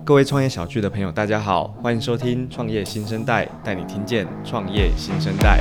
各位创业小聚的朋友，大家好，欢迎收听创业新生代，带你听见创业新生代。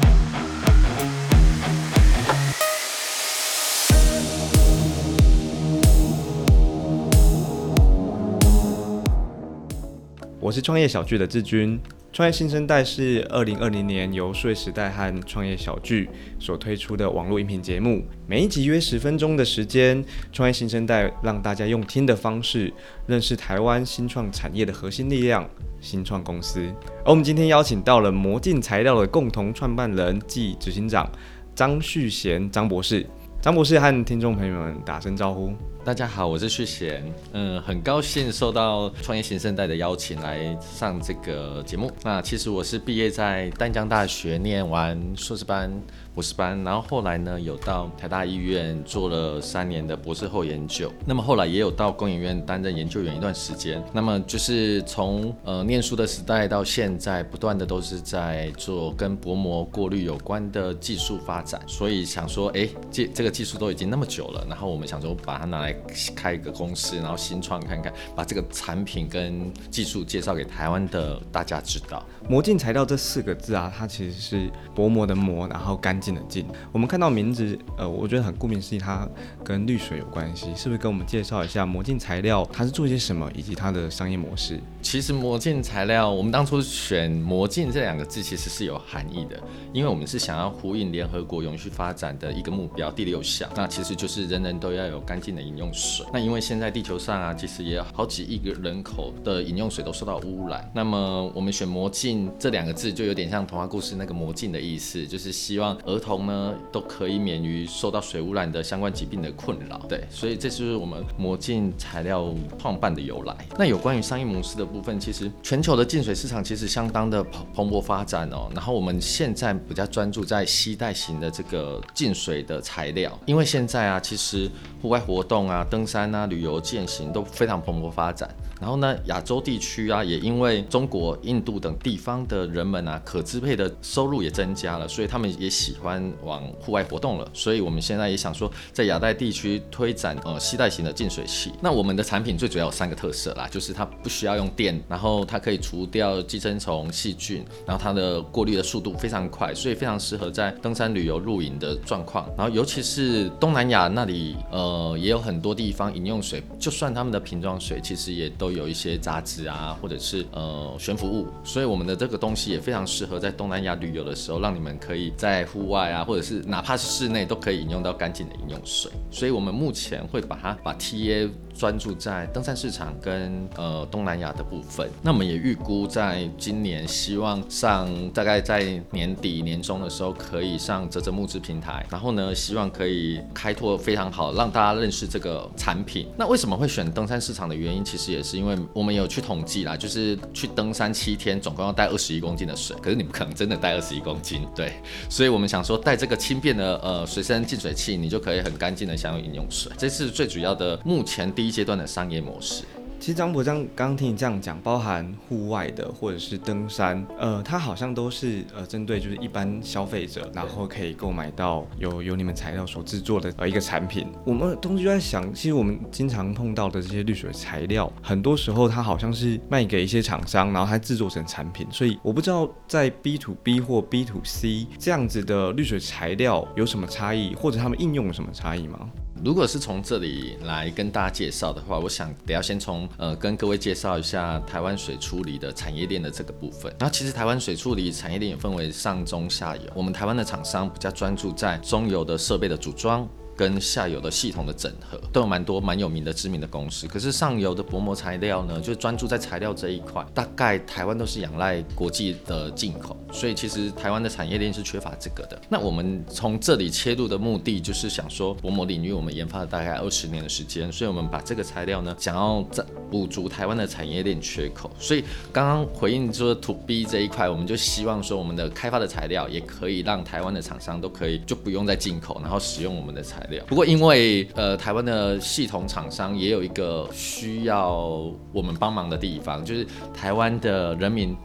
我是创业小聚的志军。创业新生代是2020年由数位时代和创业小聚所推出的网络音频节目，每一集约10分钟的时间，创业新生代让大家用听的方式认识台湾新创产业的核心力量——新创公司。而我们今天邀请到了魔镜材料的共同创办人暨执行长张旭贤张博士。张博士和听众朋友们打声招呼。 大家好，我是旭贤，很高兴受到创业新生代的邀请来上这个节目。那其实我是毕业在淡江大学念完硕士班、博士班，然后后来呢有到台大医院做了3年的博士后研究，那么后来也有到工研院担任研究员一段时间。那么就是从念书的时代到现在，不断的都是在做跟薄膜过滤有关的技术发展，所以想说，这个技术都已经那么久了，然后我们想说把它拿来开一个公司，然后新创看看，把这个产品跟技术介绍给台湾的大家知道。 魔镜材料这4个字啊，它其实是薄膜的膜，然后干净的净。我们看到名字，我觉得很顾名思义，它跟滤水有关系，是不是跟我们介绍一下魔镜材料它是做些什么，以及它的商业模式？ 其实魔镜材料，我们当初选魔镜这2个字其实是有含义的，因为我们是想要呼应联合国永续发展的一个目标第6项，那其实就是人人都要有干净的饮用水。那因为现在地球上啊，其实也有好几亿个人口的饮用水都受到污染，那么我们选魔镜这2个字就有点像童话故事那个魔镜的意思，就是希望儿童呢都可以免于受到水污染的相关疾病的困扰。对，所以这就是我们魔镜材料创办的由来。那有关于商业模式的部分，其实全球的净水市场其实相当的蓬勃发展哦。然后我们现在比较专注在携带型的这个净水的材料，因为现在啊，其实户外活动啊、登山啊、旅游、健行都非常蓬勃发展。然后呢，亚洲地区啊，也因为中国、印度等地方的人们啊，可支配的收入也增加了，所以他们也喜欢往户外活动了。所以我们现在也想说，在亚太地区推展携带型的净水器。那我们的产品最主要有3个特色啦，就是它不需要用电，然后它可以除掉寄生虫、细菌，然后它的过滤的速度非常快，所以非常适合在登山、旅游、露营的状况。然后尤其是东南亚那里，也有很多地方饮用水，就算他们的瓶装水，其实也都有一些杂质啊，或者是悬浮物，所以我们的这个东西也非常适合在东南亚旅游的时候，让你们可以在户外啊，或者是哪怕是室内都可以饮用到干净的饮用水。所以我们目前会把 TA 专注在登山市场跟东南亚的部分。那我们也预估在今年希望上大概在年底年中的时候可以上嘖募资平台，然后呢希望可以开拓非常好，让大家认识这个产品。那为什么会选登山市场的原因，其实也是因为我们有去统计啦，就是去登山7天总共要带21公斤的水，可是你不可能真的带21公斤，对，所以我们想说带这个轻便的随身净水器，你就可以很干净的享有饮用水，这是最主要的目前第一阶段的商业模式。 其实张博刚刚听你这样讲，包含户外的或者是登山，它好像都是针对就是一般消费者，然后可以购买到由你们材料所制作的一个产品。我们东西就在想，其实我们经常碰到的这些滤水材料，很多时候它好像是卖给一些厂商，然后它制作成产品，所以我不知道在 B to B 或 B to C 这样子的滤水材料有什么差异，或者他们应用有什么差异吗？ 如果是从这里来跟大家介绍的话，我想得要先从跟各位介绍一下台湾水处理的产业链的这个部分。然后其实台湾水处理产业链也分为上中下游，我们台湾的厂商比较专注在中游的设备的组装跟下游的系统的整合，都有蛮有名的知名的公司。可是上游的薄膜材料呢，就专注在材料这一块，大概台湾都是仰赖国际的进口，所以其实台湾的产业链是缺乏这个的。那我们从这里切入的目的，就是想说薄膜领域我们研发了大概20年的时间，所以我们把这个材料呢，想要补足台湾的产业链缺口。所以刚刚回应说 To B 这一块，我们就希望说我们的开发的材料也可以让台湾的厂商都可以就不用再进口，然后使用我们的材料。不过因为台湾的系统厂商也有一个需要我们帮忙的地方，就是台湾的人民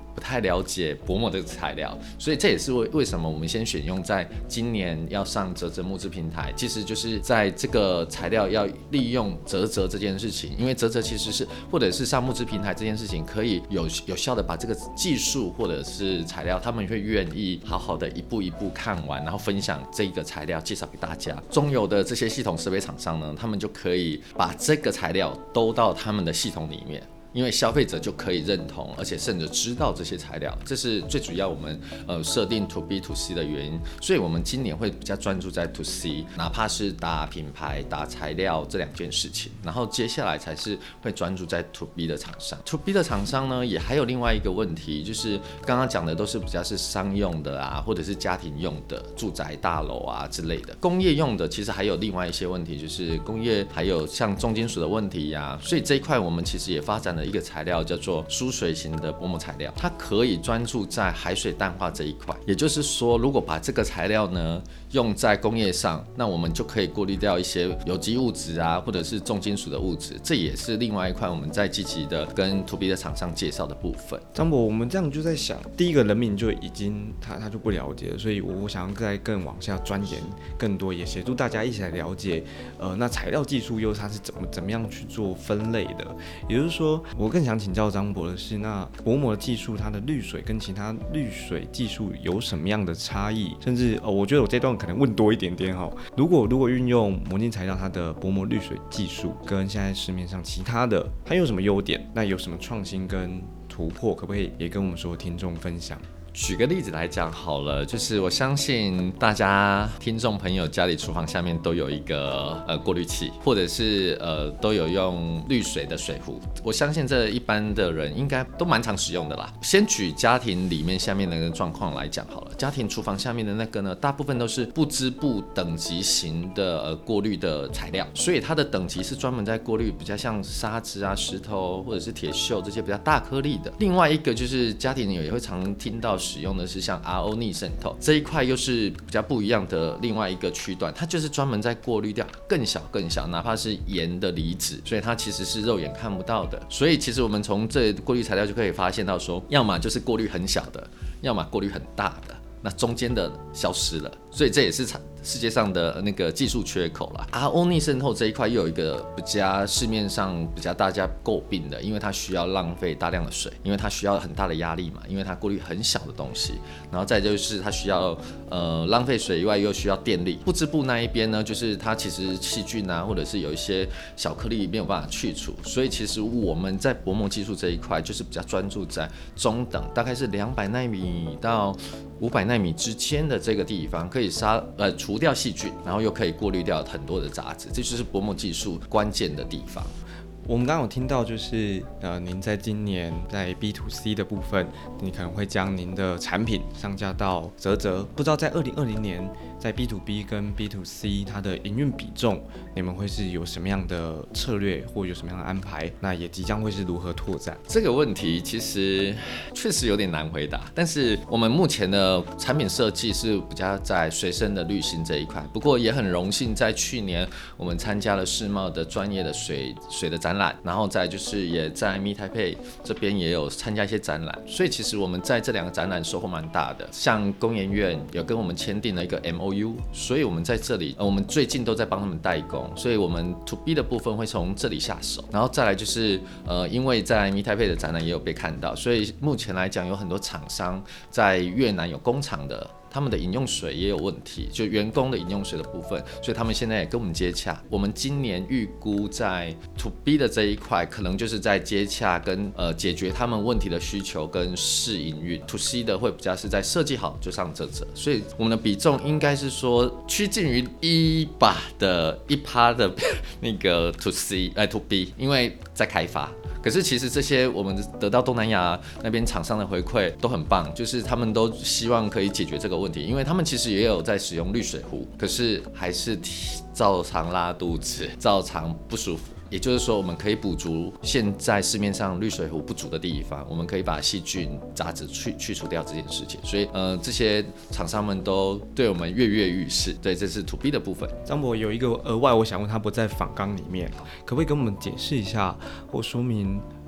不太了解薄膜的材料，所以这也是为什么我们先选用在今年要上嘖嘖募资平台，其实就是在这个材料要利用嘖嘖这件事情，因为嘖嘖其实是或者是上募资平台这件事情，可以有效的把这个技术或者是材料，他们会愿意好好的一步一步看完，然后分享这个材料介绍给大家。中游的这些系统设备厂商呢，他们就可以把这个材料兜到他们的系统里面。因为消费者就可以认同，而且甚至知道这些材料，这是最主要我们设定 to B to C 的原因。所以我们今年会比较专注在 to C， 哪怕是打品牌、打材料这2件事情，然后接下来才是会专注在 to B 的厂商。to B 的厂商呢，也还有另外一个问题，就是刚刚讲的都是比较是商用的啊，或者是家庭用的住宅大楼啊之类的。工业用的其实还有另外一些问题，就是工业还有像重金属的问题呀，所以这一块我们其实也发展了一个材料叫做疏水型的薄膜材料，它可以专注在海水淡化这一块。也就是说，如果把这个材料呢用在工业上，那我们就可以过滤掉一些有机物质啊，或者是重金属的物质。这也是另外一块我们在积极的跟 to B 的厂商介绍的部分。 张博，我们这样就在想，第一个人民就已经他就不了解了，所以我想要再更往下钻研更多，也协助大家一起来了解，那材料技术又它是怎么样去做分类的。也就是说，我更想请教张博的是，那薄膜的技术它的滤水跟其他滤水技术有什么样的差异？甚至我觉得我这段可能问多一点点哈。如果运用魔镜材料它的薄膜滤水技术，跟现在市面上其他的，它有什么优点？那有什么创新跟突破？可不可以也跟我们所有听众分享？ 举个例子来讲好了，就是我相信大家听众朋友家里厨房下面都有一个过滤器，或者是都有用滤水的水壶。我相信这一般的人应该都蛮常使用的啦。先举家庭里面下面的状况来讲好了，家庭厨房下面的那个呢，大部分都是不织布等级型的过滤的材料，所以它的等级是专门在过滤比较像沙子啊、石头或者是铁锈这些比较大颗粒的。另外一个就是家庭也会常听到使用的是像 RO 逆渗透这一块，又是比较不一样的另外一个区段，它就是专门在过滤掉更小，哪怕是盐的离子，所以它其实是肉眼看不到的。所以其实我们从这过滤材料就可以发现到说，要么就是过滤很小的，要么过滤很大的，那中间的消失了，所以这也是世界上的那个技术缺口啦。RO 逆渗透这一块又有一个比较市面上比较大家诟病的，因为它需要浪费大量的水，因为它需要很大的压力嘛，因为它过滤很小的东西，然后再就是它需要浪费水以外又需要电力。不织布那一边呢，就是它其实细菌啊，或者是有一些小颗粒没有办法去除，所以其实我们在薄膜技术这一块就是比较专注在中等，大概是200奈米到500奈米之间的这个地方，可以除掉细菌，然后又可以过滤掉很多的杂质，这就是薄膜技术关键的地方。 我们刚刚有听到，就是您在今年在 B to C 的部分，你可能会将您的产品上架到嘖嘖，不知道在2020年在 B to B 跟 B to C 它的营运比重，你们会是有什么样的策略或有什么样的安排？那也即将会是如何拓展？ 这个问题其实确实有点难回答，但是我们目前的产品设计是比较在随身的滤芯这一块，不过也很荣幸在去年我们参加了世贸的专业的水的展览，然后再就是也在 Meet Taipei 这边也有参加一些展览，所以其实我们在这2个展览收获蛮大的。像工研院有跟我们签订了一个 MOU， 所以我们在这里我们最近都在帮他们代工，所以我们 To B 的部分会从这里下手，然后再来就是因为在 Meet Taipei 的展览也有被看到，所以目前来讲有很多厂商在越南有工厂的，他们的饮用水也有问题，就员工的饮用水的部分，所以他们现在也跟我们接洽。我们今年预估在 To B 的这一块，可能就是在接洽跟解决他们问题的需求跟试营运。To C 的会比较是在设计好就上嘖嘖，所以我们的比重应该是说趋近于1% 的那个 To B， 因为在开发。可是其实这些我们得到东南亚那边厂商的回馈都很棒，就是他们都希望可以解决这个问题，因为他们其实也有在使用滤水壶，可是还是照常拉肚子，照常不舒服。也就是说，我们可以补足现在市面上滤水壶不足的地方，我们可以把细菌、杂质去除掉这件事情。所以，这些厂商们都对我们跃跃欲试。对，这是 To B 的部分。 张博有一个额外，我想问他不在访纲里面，可不可以跟我们解释一下或说明，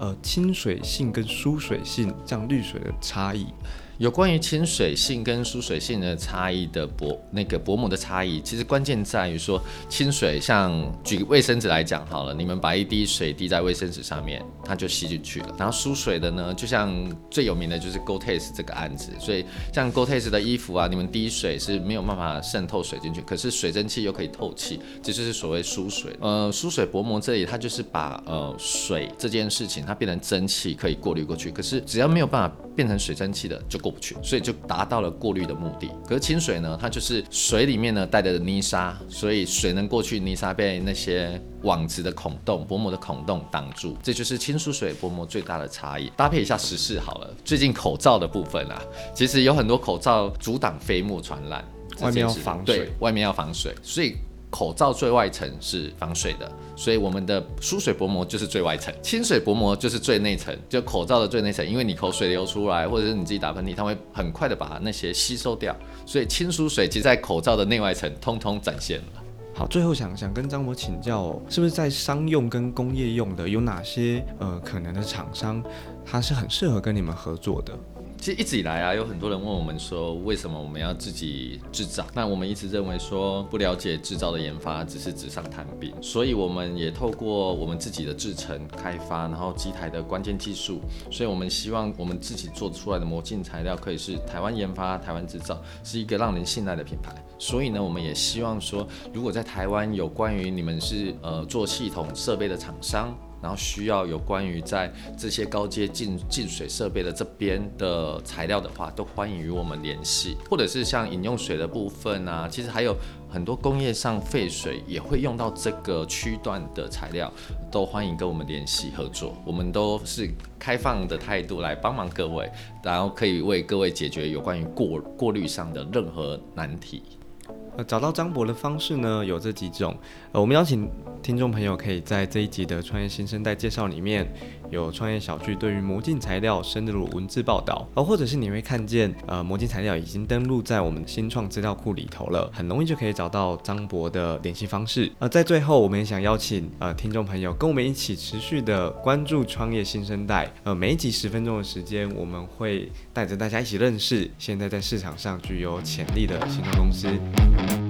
亲水性跟疏水性这样滤水的差异。 有关于亲水性跟疏水性的差异的薄膜的差异，其实关键在于说，亲水像举卫生纸来讲好了，你们把一滴水滴在卫生纸上面，它就吸进去了。然后疏水的呢，就像最有名的就是 Gore-Tex 这个案子，所以像 Gore-Tex 的衣服啊，你们滴水是没有办法渗透水进去，可是水蒸气又可以透气，这就是所谓疏水。疏水薄膜这里它就是把水这件事情它变成蒸汽可以过滤过去，可是只要没有办法变成水蒸气的就过不去，所以就达到了过滤的目的。可是清水呢，它就是水里面呢带着泥沙，所以水能过去，泥沙被那些网子的孔洞、薄膜的孔洞挡住，这就是亲疏水薄膜最大的差异。搭配一下时事好了，最近口罩的部分啊，其实有很多口罩阻挡飞沫传染， 外面要防水， 对，外面要防水，所以口罩最外层是防水的，所以我们的疏水薄膜就是最外层，清水薄膜就是最内层，就口罩的最内层。因为你口水流出来，或者是你自己打喷嚏，它会很快的把那些吸收掉，所以清疏水其实在口罩的内外层通通展现了。 好，最后想跟张博请教是不是在商用跟工业用的有哪些可能的厂商，它是很适合跟你们合作的？ 其实一直以来啊，有很多人问我们说，为什么我们要自己制造？那我们一直认为说，不了解制造的研发只是纸上谈兵，所以我们也透过我们自己的制程开发，然后机台的关键技术，所以我们希望我们自己做出来的膜镜材料可以是台湾研发、台湾制造，是一个让人信赖的品牌。所以呢，我们也希望说，如果在台湾有关于你们是做系统设备的厂商，然后需要有关于在这些高阶净水设备的这边的材料的话，都欢迎与我们联系，或者是像饮用水的部分啊，其实还有很多工业上废水也会用到这个区段的材料，都欢迎跟我们联系合作，我们都是开放的态度来帮忙各位，然后可以为各位解决有关于过滤上的任何难题。 找到张博的方式呢，有这几种。我们邀请听众朋友可以在这一集的创业新生代介绍里面，有创业小聚对于膜镜材料深入文字报道，或者是你会看见膜镜材料已经登录在我们新创资料库里头了，很容易就可以找到张博的联系方式。在最后，我们也想邀请听众朋友跟我们一起持续的关注创业新生代。每一集10分钟的时间，我们会带着大家一起认识现在在市场上具有潜力的新创公司。